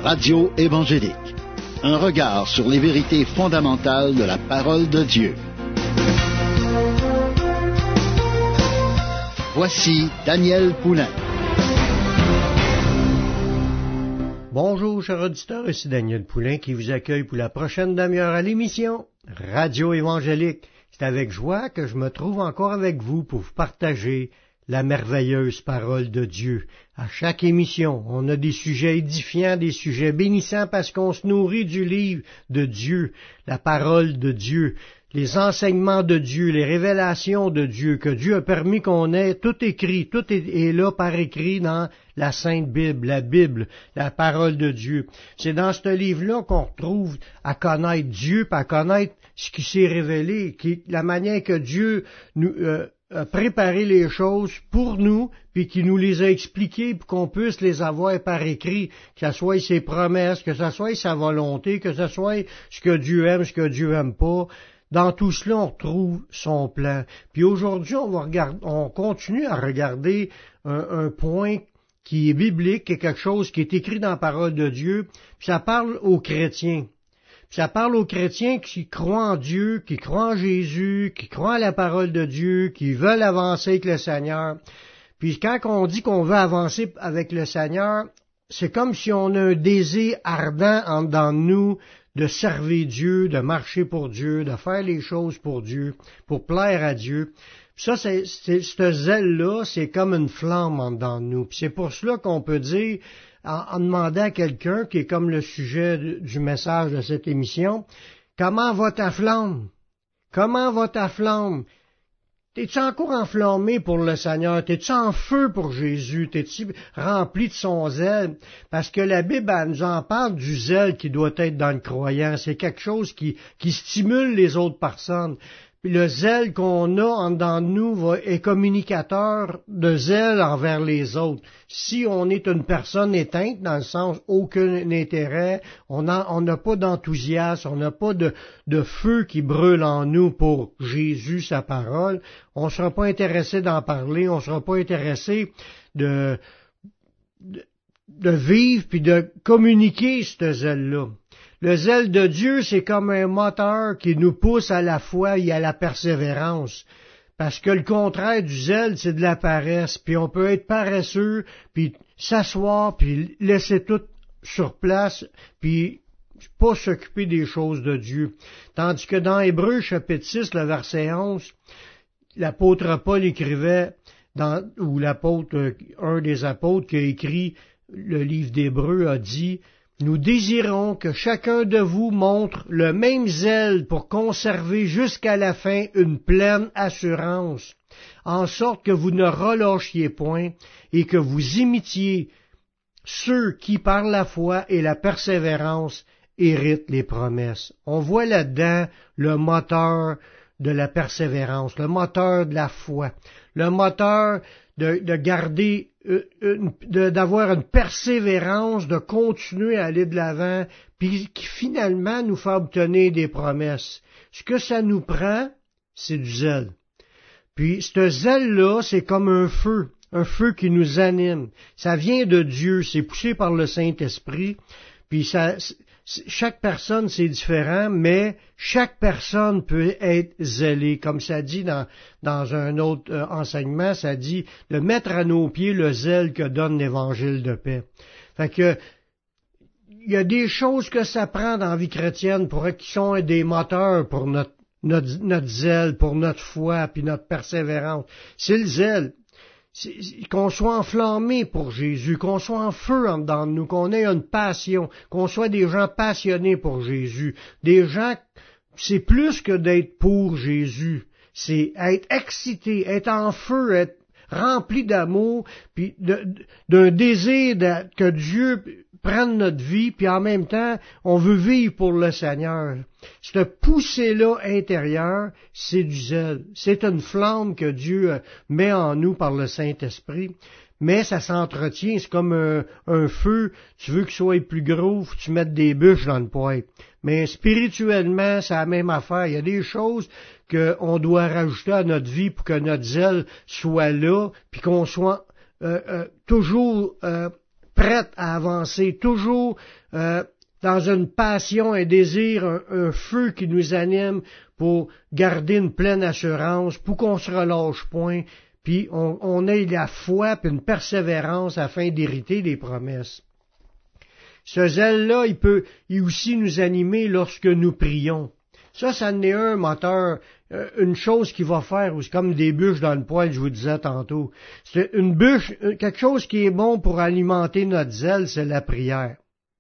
Radio évangélique. Un regard sur les vérités fondamentales de la parole de Dieu. Voici Daniel Poulain. Bonjour, chers auditeurs, ici Daniel Poulain qui vous accueille pour la prochaine demi-heure à l'émission Radio évangélique. C'est avec joie que je me trouve encore avec vous pour vous partager la merveilleuse parole de Dieu. À chaque émission, on a des sujets édifiants, des sujets bénissants parce qu'on se nourrit du livre de Dieu, la parole de Dieu, les enseignements de Dieu, les révélations de Dieu, que Dieu a permis qu'on ait tout écrit, tout est là par écrit dans la Sainte Bible, la parole de Dieu. C'est dans ce livre-là qu'on retrouve à connaître Dieu, puis à connaître ce qui s'est révélé, la manière que Dieu nous a préparé les choses pour nous, puis qui nous les a expliquées pour qu'on puisse les avoir par écrit, que ce soit ses promesses, que ce soit sa volonté, que ce soit ce que Dieu aime, ce que Dieu aime pas. Dans tout cela, on retrouve son plan. Puis aujourd'hui, on continue à regarder un point qui est biblique, qui est quelque chose qui est écrit dans la parole de Dieu, puis ça parle aux chrétiens. Ça parle aux chrétiens qui croient en Dieu, qui croient en Jésus, qui croient à la parole de Dieu, qui veulent avancer avec le Seigneur. Puis quand on dit qu'on veut avancer avec le Seigneur, c'est comme si on a un désir ardent en dedans de nous de servir Dieu, de marcher pour Dieu, de faire les choses pour Dieu, pour plaire à Dieu. Puis ça, ce zèle-là, c'est comme une flamme en dedans de nous. Puis c'est pour cela qu'on peut dire, en demandant à quelqu'un, qui est comme le sujet du message de cette émission, comment va ta flamme? Comment va ta flamme? T'es-tu encore enflammé pour le Seigneur? T'es-tu en feu pour Jésus? T'es-tu rempli de son zèle? Parce que la Bible, elle nous en parle du zèle qui doit être dans le croyant. C'est quelque chose qui stimule les autres personnes. Puis le zèle qu'on a en dedans de nous est communicateur de zèle envers les autres. Si on est une personne éteinte, dans le sens aucun intérêt, on n'a pas d'enthousiasme, on n'a pas de feu qui brûle en nous pour Jésus, sa parole, on ne sera pas intéressé d'en parler, on ne sera pas intéressé de vivre puis de communiquer ce zèle-là. Le zèle de Dieu, c'est comme un moteur qui nous pousse à la foi et à la persévérance. Parce que le contraire du zèle, c'est de la paresse. Puis on peut être paresseux, puis s'asseoir, puis laisser tout sur place, puis pas s'occuper des choses de Dieu. Tandis que dans Hébreux, chapitre 6, le verset 11, l'apôtre Paul écrivait, ou un des apôtres qui a écrit le livre d'Hébreux a dit, « Nous désirons que chacun de vous montre le même zèle pour conserver jusqu'à la fin une pleine assurance, en sorte que vous ne relâchiez point et que vous imitiez ceux qui, par la foi et la persévérance, héritent les promesses. » On voit là-dedans le moteur de la persévérance, le moteur de la foi, le moteur de garder, d'avoir une persévérance, de continuer à aller de l'avant, puis qui finalement nous fait obtenir des promesses. Ce que ça nous prend, c'est du zèle. Puis ce zèle-là, c'est comme un feu qui nous anime. Ça vient de Dieu, c'est poussé par le Saint-Esprit, puis chaque personne, c'est différent, mais chaque personne peut être zélée. Comme ça dit dans un autre enseignement, ça dit de mettre à nos pieds le zèle que donne l'Évangile de paix. Fait que, il y a des choses que ça prend dans la vie chrétienne qui sont des moteurs pour notre zèle, pour notre foi, puis notre persévérance. C'est le zèle. Qu'on soit enflammé pour Jésus, qu'on soit en feu en dedans de nous, qu'on ait une passion, qu'on soit des gens passionnés pour Jésus. Des gens, c'est plus que d'être pour Jésus, c'est être excité, être en feu, être rempli d'amour, puis d'un désir que Dieu prenne notre vie, puis en même temps, on veut vivre pour le Seigneur. Cette poussée-là intérieure, c'est du zèle. C'est une flamme que Dieu met en nous par le Saint-Esprit. Mais ça s'entretient, c'est comme un feu, tu veux qu'il soit plus gros, faut que tu mettes des bûches dans le poêle. Mais spirituellement, c'est la même affaire. Il y a des choses qu'on doit rajouter à notre vie pour que notre zèle soit là, puis qu'on soit toujours prête à avancer, toujours dans une passion, un désir, un feu qui nous anime pour garder une pleine assurance, pour qu'on se relâche point, puis on ait la foi puis une persévérance afin d'hériter les promesses. Ce zèle-là, il peut aussi nous animer lorsque nous prions. Ça en est un moteur, une chose qu'il va faire, c'est comme des bûches dans le poêle, je vous disais tantôt. C'est une bûche, quelque chose qui est bon pour alimenter notre zèle, c'est la prière.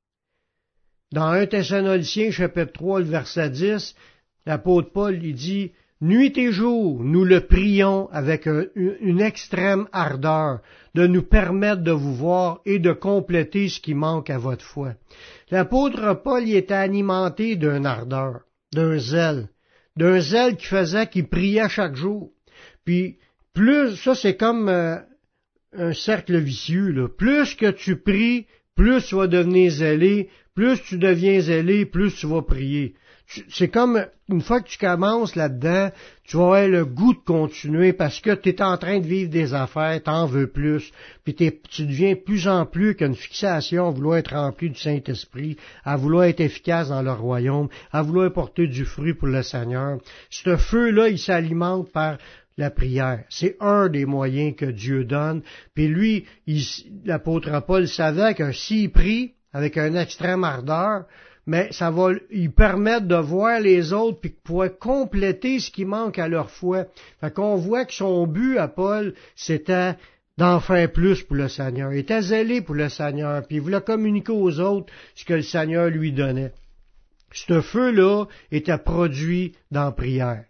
Dans 1 Thessaloniciens, chapitre 3, le verset 10, l'apôtre Paul, il dit, « Nuit et jour, nous le prions avec une extrême ardeur, de nous permettre de vous voir et de compléter ce qui manque à votre foi. » L'apôtre Paul il était alimenté d'une ardeur, d'un zèle qui faisait qu'il priait chaque jour. Puis, plus, ça c'est comme un cercle vicieux, là. Plus que tu pries, plus tu vas devenir zélé, plus tu deviens zélé, plus tu vas prier. C'est comme, une fois que tu commences là-dedans, tu vas avoir le goût de continuer parce que tu es en train de vivre des affaires, t'en veux plus, puis tu deviens de plus en plus qu'une fixation à vouloir être rempli du Saint-Esprit, à vouloir être efficace dans le royaume, à vouloir porter du fruit pour le Seigneur. Ce feu-là, il s'alimente par la prière. C'est un des moyens que Dieu donne. Puis lui, l'apôtre Paul savait que s'il prie avec une extrême ardeur, mais ça va lui permettre de voir les autres puis de pouvoir compléter ce qui manque à leur foi. Fait qu'on voit que son but à Paul, c'était d'en faire plus pour le Seigneur. Il était zélé pour le Seigneur, puis il voulait communiquer aux autres ce que le Seigneur lui donnait. Ce feu-là était produit dans la prière.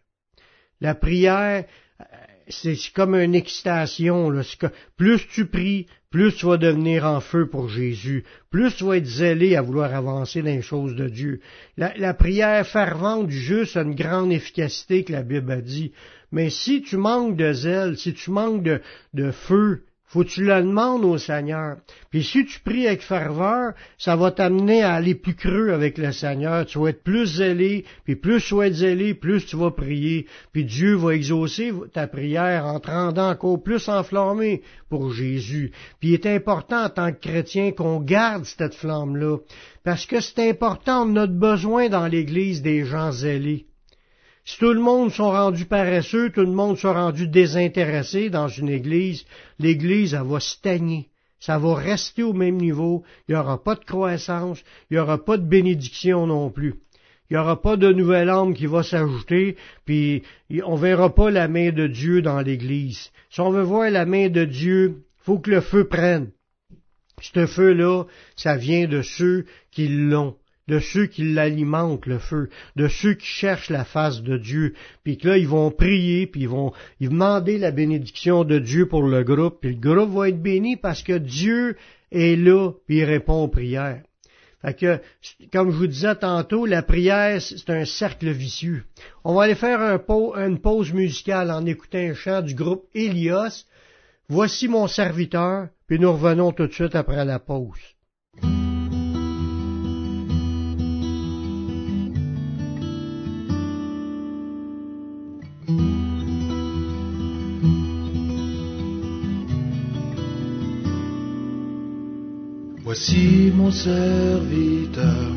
La prière, c'est comme une excitation, là. Plus tu pries, plus tu vas devenir en feu pour Jésus, plus tu vas être zélé à vouloir avancer dans les choses de Dieu. La prière fervente du juste a une grande efficacité que la Bible a dit. Mais si tu manques de zèle, si tu manques de feu, faut que tu le demandes au Seigneur. Puis si tu pries avec ferveur, ça va t'amener à aller plus creux avec le Seigneur. Tu vas être plus zélé, puis plus tu vas être zélé, plus tu vas prier. Puis Dieu va exaucer ta prière en te rendant encore plus enflammé pour Jésus. Puis il est important en tant que chrétien qu'on garde cette flamme-là. Parce que c'est important, on a besoin dans l'Église des gens zélés. Si tout le monde sont rendus paresseux, tout le monde sont rendus désintéressés dans une église, l'église, elle va stagner. Ça va rester au même niveau. Il n'y aura pas de croissance. Il n'y aura pas de bénédiction non plus. Il n'y aura pas de nouvelle âme qui va s'ajouter, puis on verra pas la main de Dieu dans l'église. Si on veut voir la main de Dieu, il faut que le feu prenne. Ce feu-là, ça vient de ceux qui l'ont. De ceux qui l'alimentent, le feu, de ceux qui cherchent la face de Dieu, puis que là, ils vont prier, puis ils vont demander la bénédiction de Dieu pour le groupe, puis le groupe va être béni parce que Dieu est là, puis il répond aux prières. Fait que, comme je vous disais tantôt, la prière, c'est un cercle vicieux. On va aller faire une pause musicale en écoutant un chant du groupe Hélios. Voici mon serviteur, puis nous revenons tout de suite après la pause. Voici mon serviteur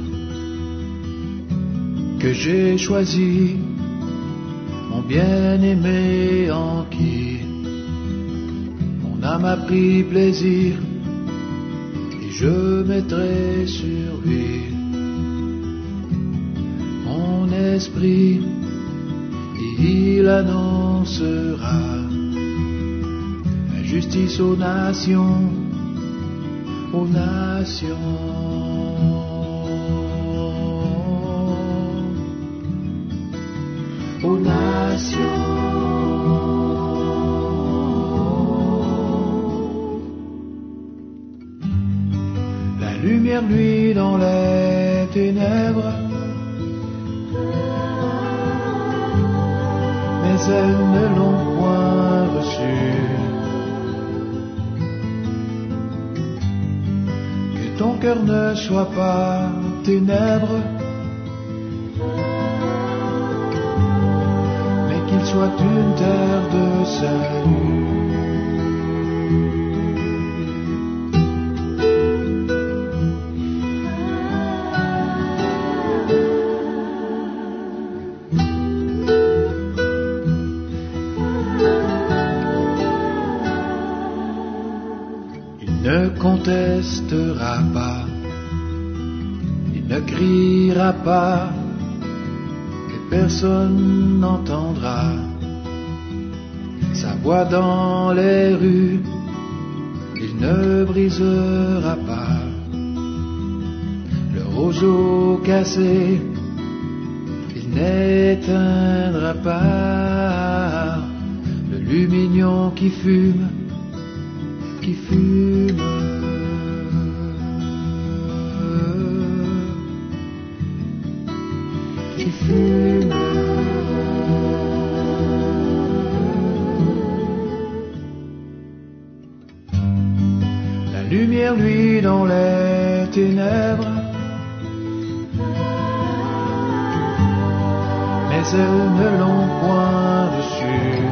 que j'ai choisi, mon bien-aimé en qui mon âme a pris plaisir, et je mettrai sur lui mon esprit, et il annoncera la justice aux nations. Aux nations, aux nations, la lumière luit dans les ténèbres, mais elles ne l'ont point reçu. Ton cœur ne soit pas ténèbres, mais qu'il soit une terre de salut. Il ne contestera pas, il ne criera pas, et personne n'entendra sa voix dans les rues. Il ne brisera pas le roseau cassé, il n'éteindra pas le lumignon qui fume, qui fume. Qui fume. La lumière lui dans les ténèbres, mais elles ne l'ont point reçu.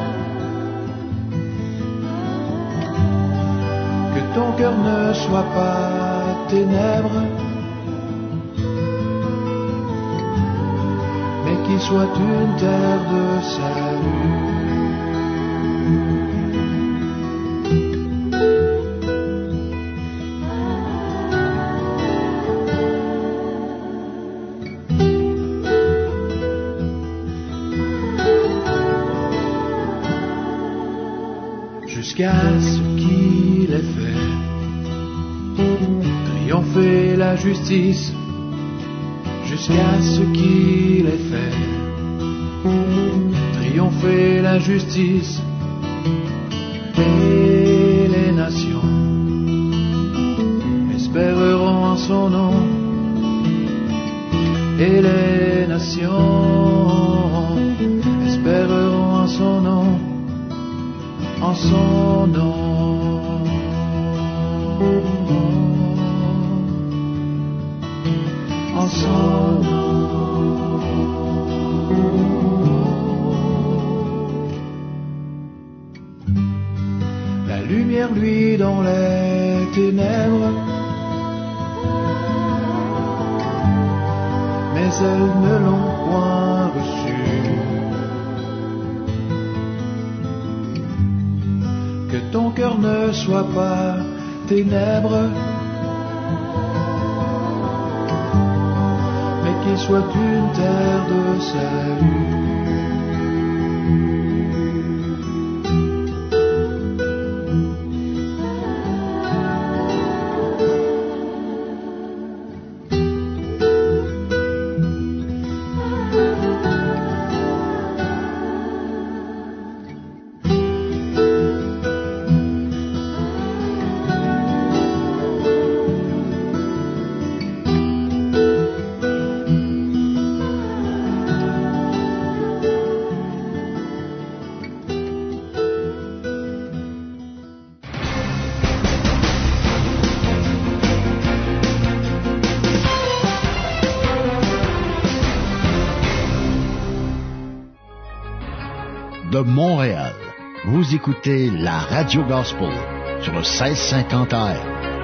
Que ton cœur ne soit pas ténèbres, mais qu'il soit une terre de salut. Jusqu'à ce qu'il ait fait triompher la justice, jusqu'à ce qu'il ait fait triompher la justice, et les nations espéreront en son nom, et les nations espéreront en son nom, en son nom, en son nom. La lumière lui dans les ténèbres, mais elles ne l'ont point reçu. Que ton cœur ne soit pas ténèbres, mais qu'il soit une terre de salut. De Montréal, vous écoutez la Radio Gospel sur le 1650 AM.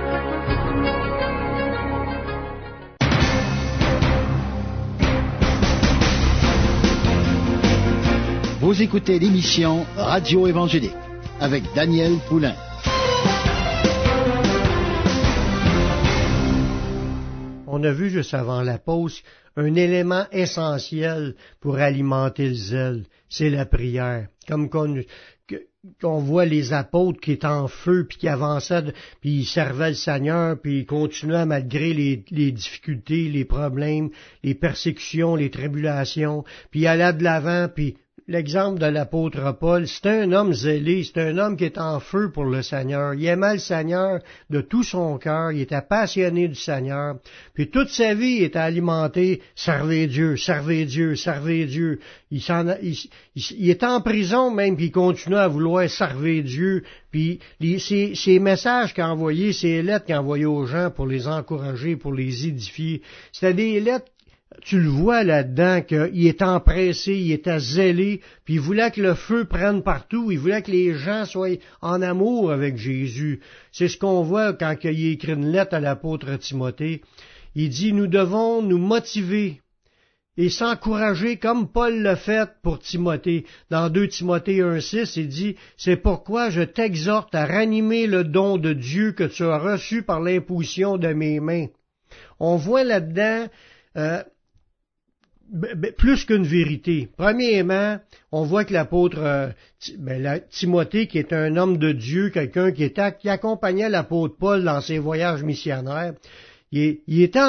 Vous écoutez l'émission Radio Évangélique avec Daniel Poulain. On a vu juste avant la pause un élément essentiel pour alimenter le zèle, c'est la prière. Comme qu'on voit les apôtres qui étaient en feu, puis qui avançaient, puis ils servaient le Seigneur, puis ils continuaient malgré les difficultés, les problèmes, les persécutions, les tribulations, puis ils allaient de l'avant, puis l'exemple de l'apôtre Paul, c'est un homme zélé, c'est un homme qui est en feu pour le Seigneur. Il aimait le Seigneur de tout son cœur, il était passionné du Seigneur. Puis toute sa vie, il était alimenté, servez Dieu, servez Dieu, servez Dieu. Il était en prison même, puis il continuait à vouloir servir Dieu. Puis ces messages qu'il a envoyés, ces lettres qu'il a envoyées aux gens pour les encourager, pour les édifier, c'était des lettres. Tu le vois là-dedans qu'il est empressé, il était zélé, puis il voulait que le feu prenne partout, il voulait que les gens soient en amour avec Jésus. C'est ce qu'on voit quand il écrit une lettre à l'apôtre Timothée. Il dit, nous devons nous motiver et s'encourager comme Paul l'a fait pour Timothée. Dans 2 Timothée 1,6, il dit « C'est pourquoi je t'exhorte à ranimer le don de Dieu que tu as reçu par l'imposition de mes mains. » On voit là-dedans plus qu'une vérité. Premièrement, on voit que l'apôtre Timothée, qui est un homme de Dieu, quelqu'un qui accompagnait l'apôtre Paul dans ses voyages missionnaires, il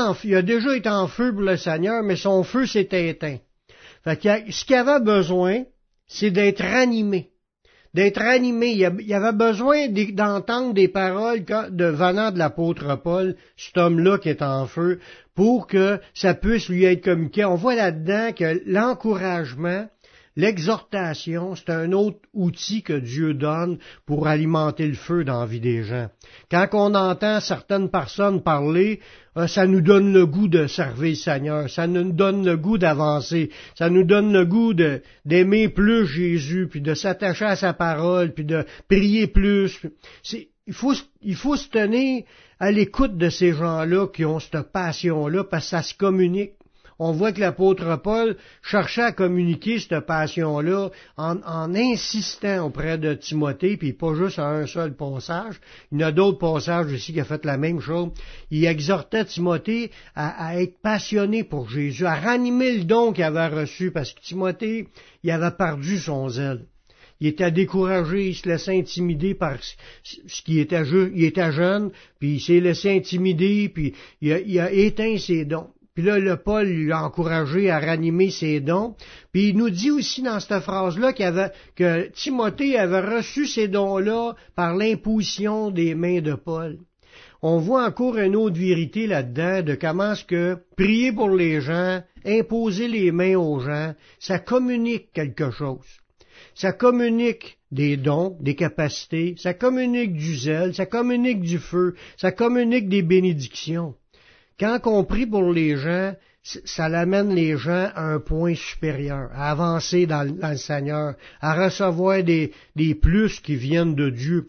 a déjà été en feu pour le Seigneur, mais son feu s'est éteint. Fait que ce qu'il avait besoin, c'est d'être ranimé. D'être animé. Il avait besoin d'entendre des paroles venant de l'apôtre Paul, cet homme-là qui est en feu, pour que ça puisse lui être communiqué. On voit là-dedans que l'encouragement, l'exhortation, c'est un autre outil que Dieu donne pour alimenter le feu dans la vie des gens. Quand on entend certaines personnes parler, ça nous donne le goût de servir le Seigneur, ça nous donne le goût d'avancer, ça nous donne le goût d'aimer plus Jésus, puis de s'attacher à sa parole, puis de prier plus. Il faut se tenir à l'écoute de ces gens-là qui ont cette passion-là, parce que ça se communique. On voit que l'apôtre Paul cherchait à communiquer cette passion-là en insistant auprès de Timothée, puis pas juste à un seul passage. Il y a d'autres passages ici qui a fait la même chose. Il exhortait Timothée à être passionné pour Jésus, à ranimer le don qu'il avait reçu, parce que Timothée, il avait perdu son zèle. Il était découragé, il se laissait intimider par ce qui était il était jeune, puis il s'est laissé intimider, puis il a éteint ses dons. Puis là, le Paul lui a encouragé à ranimer ses dons. Puis il nous dit aussi dans cette phrase-là que Timothée avait reçu ces dons-là par l'imposition des mains de Paul. On voit encore une autre vérité là-dedans de comment est-ce que prier pour les gens, imposer les mains aux gens, ça communique quelque chose. Ça communique des dons, des capacités, ça communique du zèle, ça communique du feu, ça communique des bénédictions. Quand on prie pour les gens, ça amène les gens à un point supérieur, à avancer dans le Seigneur, à recevoir des plus qui viennent de Dieu.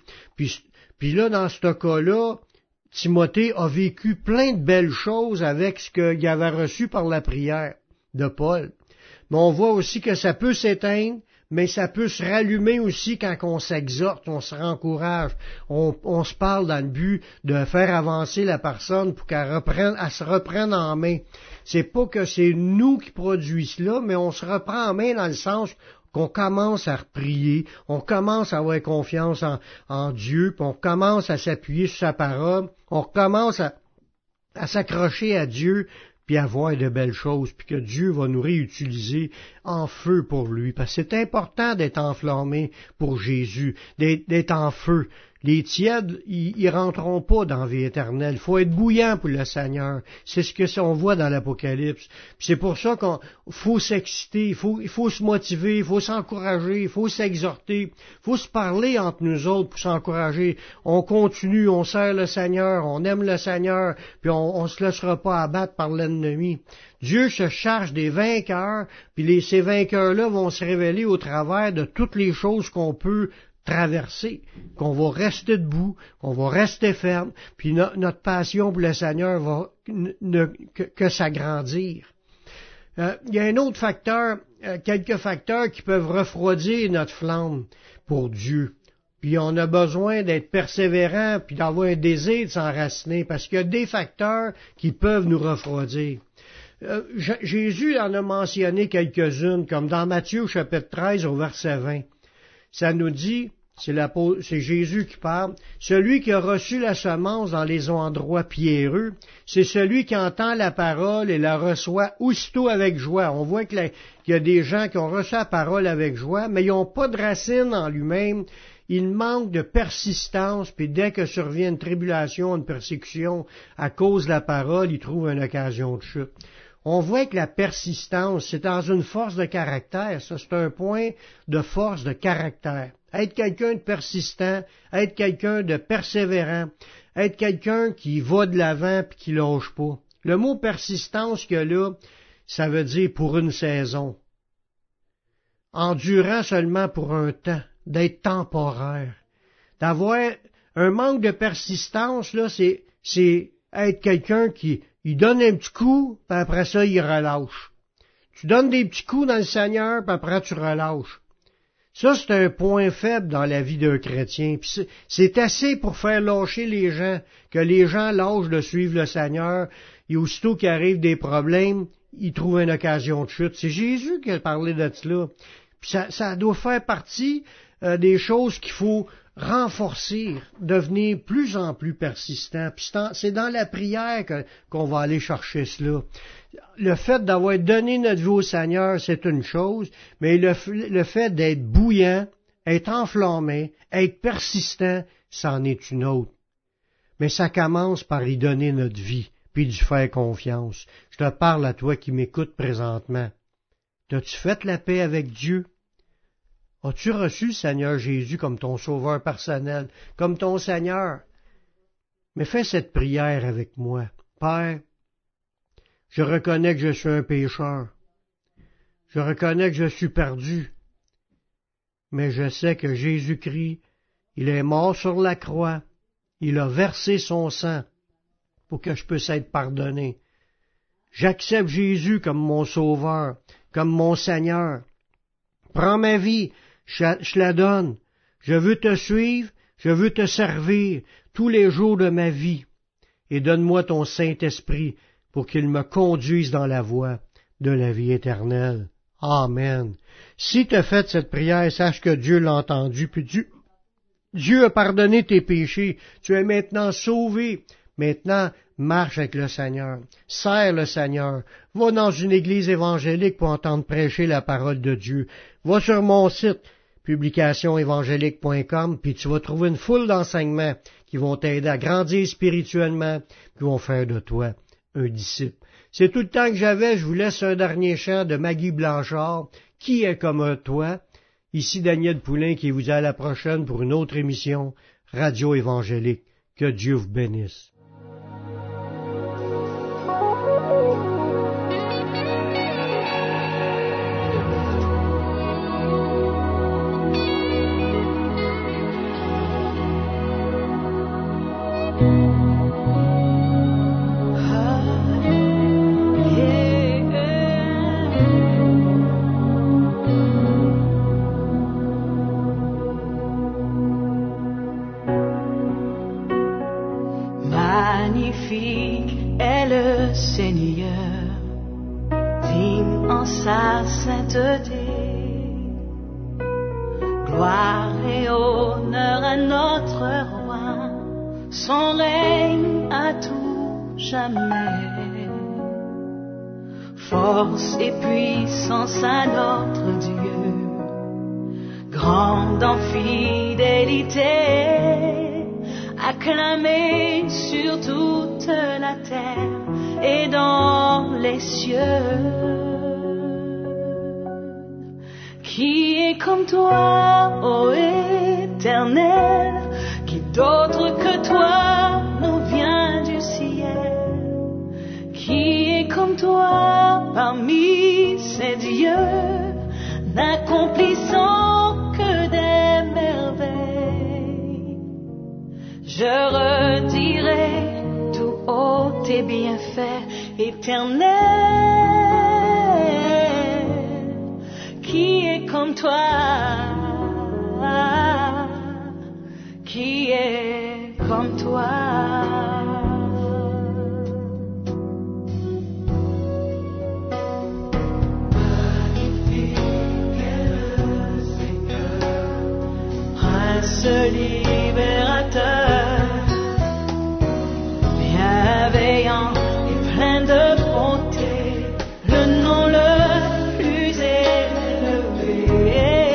Puis là, dans ce cas-là, Timothée a vécu plein de belles choses avec ce qu'il avait reçu par la prière de Paul. Mais on voit aussi que ça peut s'éteindre, mais ça peut se rallumer aussi quand on s'exhorte, on se rencourage, on se parle dans le but de faire avancer la personne pour qu'elle se reprenne en main. C'est pas que c'est nous qui produisons cela, mais on se reprend en main dans le sens qu'on commence à prier, on commence à avoir confiance en Dieu, puis on commence à s'appuyer sur sa parole, on commence à s'accrocher à Dieu, puis à voir de belles choses, puis que Dieu va nous réutiliser en feu pour lui. Parce que c'est important d'être enflammé pour Jésus, d'être en feu. Les tièdes, ils rentreront pas dans la vie éternelle. Il faut être bouillant pour le Seigneur. C'est ce que on voit dans l'Apocalypse. Puis c'est pour ça qu'on faut s'exciter, il faut se motiver, il faut s'encourager, il faut s'exhorter, il faut se parler entre nous autres pour s'encourager. On continue, on sert le Seigneur, on aime le Seigneur, puis on se laissera pas abattre par l'ennemi. Dieu se charge des vainqueurs, puis ces vainqueurs-là vont se révéler au travers de toutes les choses qu'on peut traverser, qu'on va rester debout, qu'on va rester ferme, puis notre passion pour le Seigneur va que s'agrandir. Il y a un autre facteur, quelques facteurs qui peuvent refroidir notre flamme pour Dieu. Puis on a besoin d'être persévérant, puis d'avoir un désir de s'enraciner, parce qu'il y a des facteurs qui peuvent nous refroidir. Jésus en a mentionné quelques-unes, comme dans Matthieu chapitre 13 au verset 20. Ça nous dit, c'est Jésus qui parle, celui qui a reçu la semence dans les endroits pierreux, c'est celui qui entend la parole et la reçoit aussitôt avec joie. On voit qu'il y a des gens qui ont reçu la parole avec joie, mais ils n'ont pas de racine en lui-même. Il manque de persistance, puis dès que survient une tribulation, une persécution à cause de la parole, ils trouvent une occasion de chute. On voit que la persistance, c'est dans une force de caractère. Ça, c'est un point de force de caractère. Être quelqu'un de persistant, être quelqu'un de persévérant, être quelqu'un qui va de l'avant puis qui lâche pas. Le mot persistance qu'il y a là, ça veut dire pour une saison. Endurant seulement pour un temps, d'être temporaire. D'avoir un manque de persistance, là, c'est être quelqu'un qui il donne un petit coup, puis après ça, il relâche. Tu donnes des petits coups dans le Seigneur, puis après tu relâches. Ça, c'est un point faible dans la vie d'un chrétien. Puis c'est assez pour faire lâcher les gens, que les gens lâchent de suivre le Seigneur, et aussitôt qu'il arrive des problèmes, ils trouvent une occasion de chute. C'est Jésus qui a parlé de cela. Puis ça doit faire partie des choses qu'il faut renforcer, devenir plus en plus persistant. Puis c'est dans la prière qu'on va aller chercher cela. Le fait d'avoir donné notre vie au Seigneur, c'est une chose, mais le fait d'être bouillant, être enflammé, être persistant, c'en est une autre. Mais ça commence par y donner notre vie, puis d'y faire confiance. Je te parle à toi qui m'écoutes présentement. T'as-tu fait la paix avec Dieu? As-tu reçu le Seigneur Jésus comme ton sauveur personnel, comme ton Seigneur? Mais fais cette prière avec moi. Père, je reconnais que je suis un pécheur. Je reconnais que je suis perdu. Mais je sais que Jésus-Christ, il est mort sur la croix. Il a versé son sang pour que je puisse être pardonné. J'accepte Jésus comme mon sauveur, comme mon Seigneur. Prends ma vie, je la donne. Je veux te suivre, je veux te servir tous les jours de ma vie. Et donne-moi ton Saint-Esprit pour qu'il me conduise dans la voie de la vie éternelle. Amen. Si tu as fait cette prière, sache que Dieu l'a entendu, puis Dieu a pardonné tes péchés. Tu es maintenant sauvé. Maintenant, marche avec le Seigneur. Sers le Seigneur. Va dans une église évangélique pour entendre prêcher la parole de Dieu. Va sur mon site, publicationévangélique.com, puis tu vas trouver une foule d'enseignements qui vont t'aider à grandir spirituellement, qui vont faire de toi un disciple. C'est tout le temps que j'avais. Je vous laisse un dernier chant de Maggie Blanchard. Qui est comme toi? Ici Daniel Poulain qui vous dit à la prochaine pour une autre émission Radio Évangélique. Que Dieu vous bénisse. Magnifique est le Seigneur, digne en sa sainteté. Gloire et honneur à notre roi, son règne à tout jamais. Force et puissance à notre Dieu, grande en fidélité, acclamé sur toute la terre et dans les cieux. Qui est comme toi, ô Éternel? Qui d'autre que toi nous vient du ciel? Qui est comme toi parmi ces dieux, n'accomplissant que des merveilles? Je redirai tout haut tes bienfaits, Éternel. Qui est comme toi? Qui est comme toi? Prince libérateur, bienveillant et plein de bonté, le nom le plus élevé.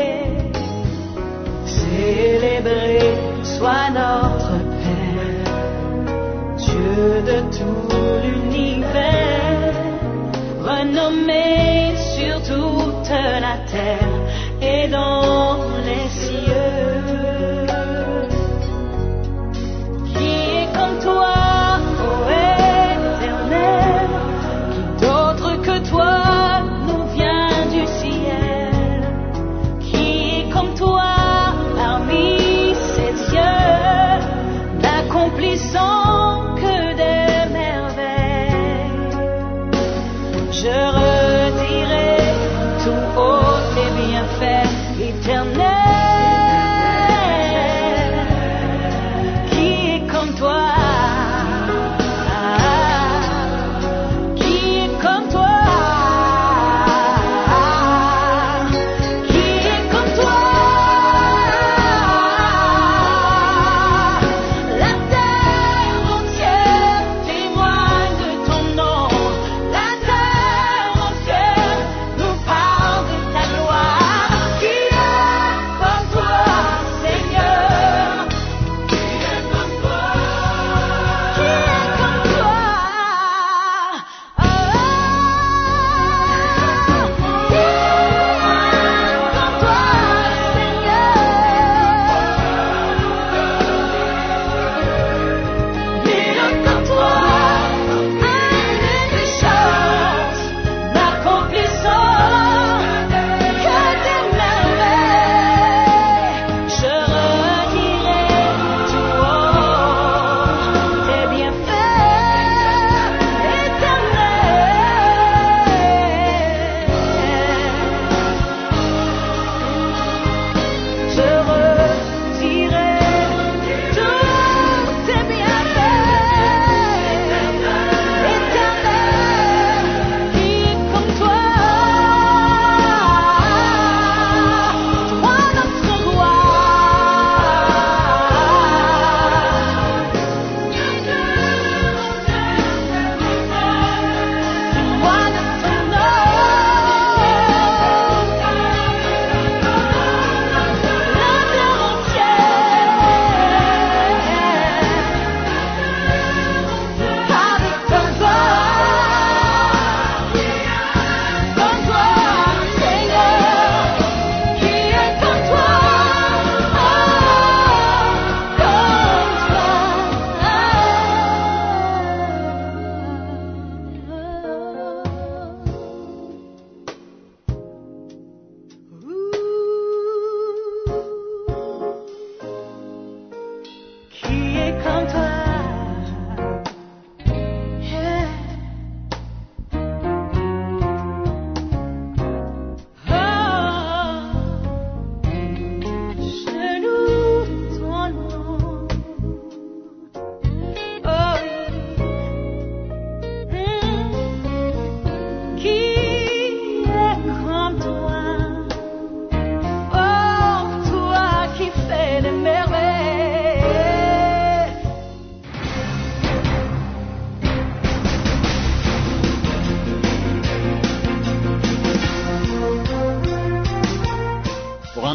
Célébré soit notre Père, Dieu de tout l'univers, renommé sur toute la terre et dans les cieux. Qui est comme toi, ô Éternel? Qui d'autre que toi nous vient du ciel? Qui est comme toi parmi ces dieux, n'accomplissant que des merveilles? Je redirai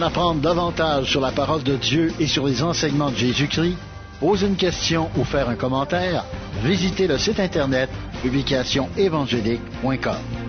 apprendre davantage sur la parole de Dieu et sur les enseignements de Jésus-Christ, poser une question ou faire un commentaire, visitez le site internet publicationévangélique.com.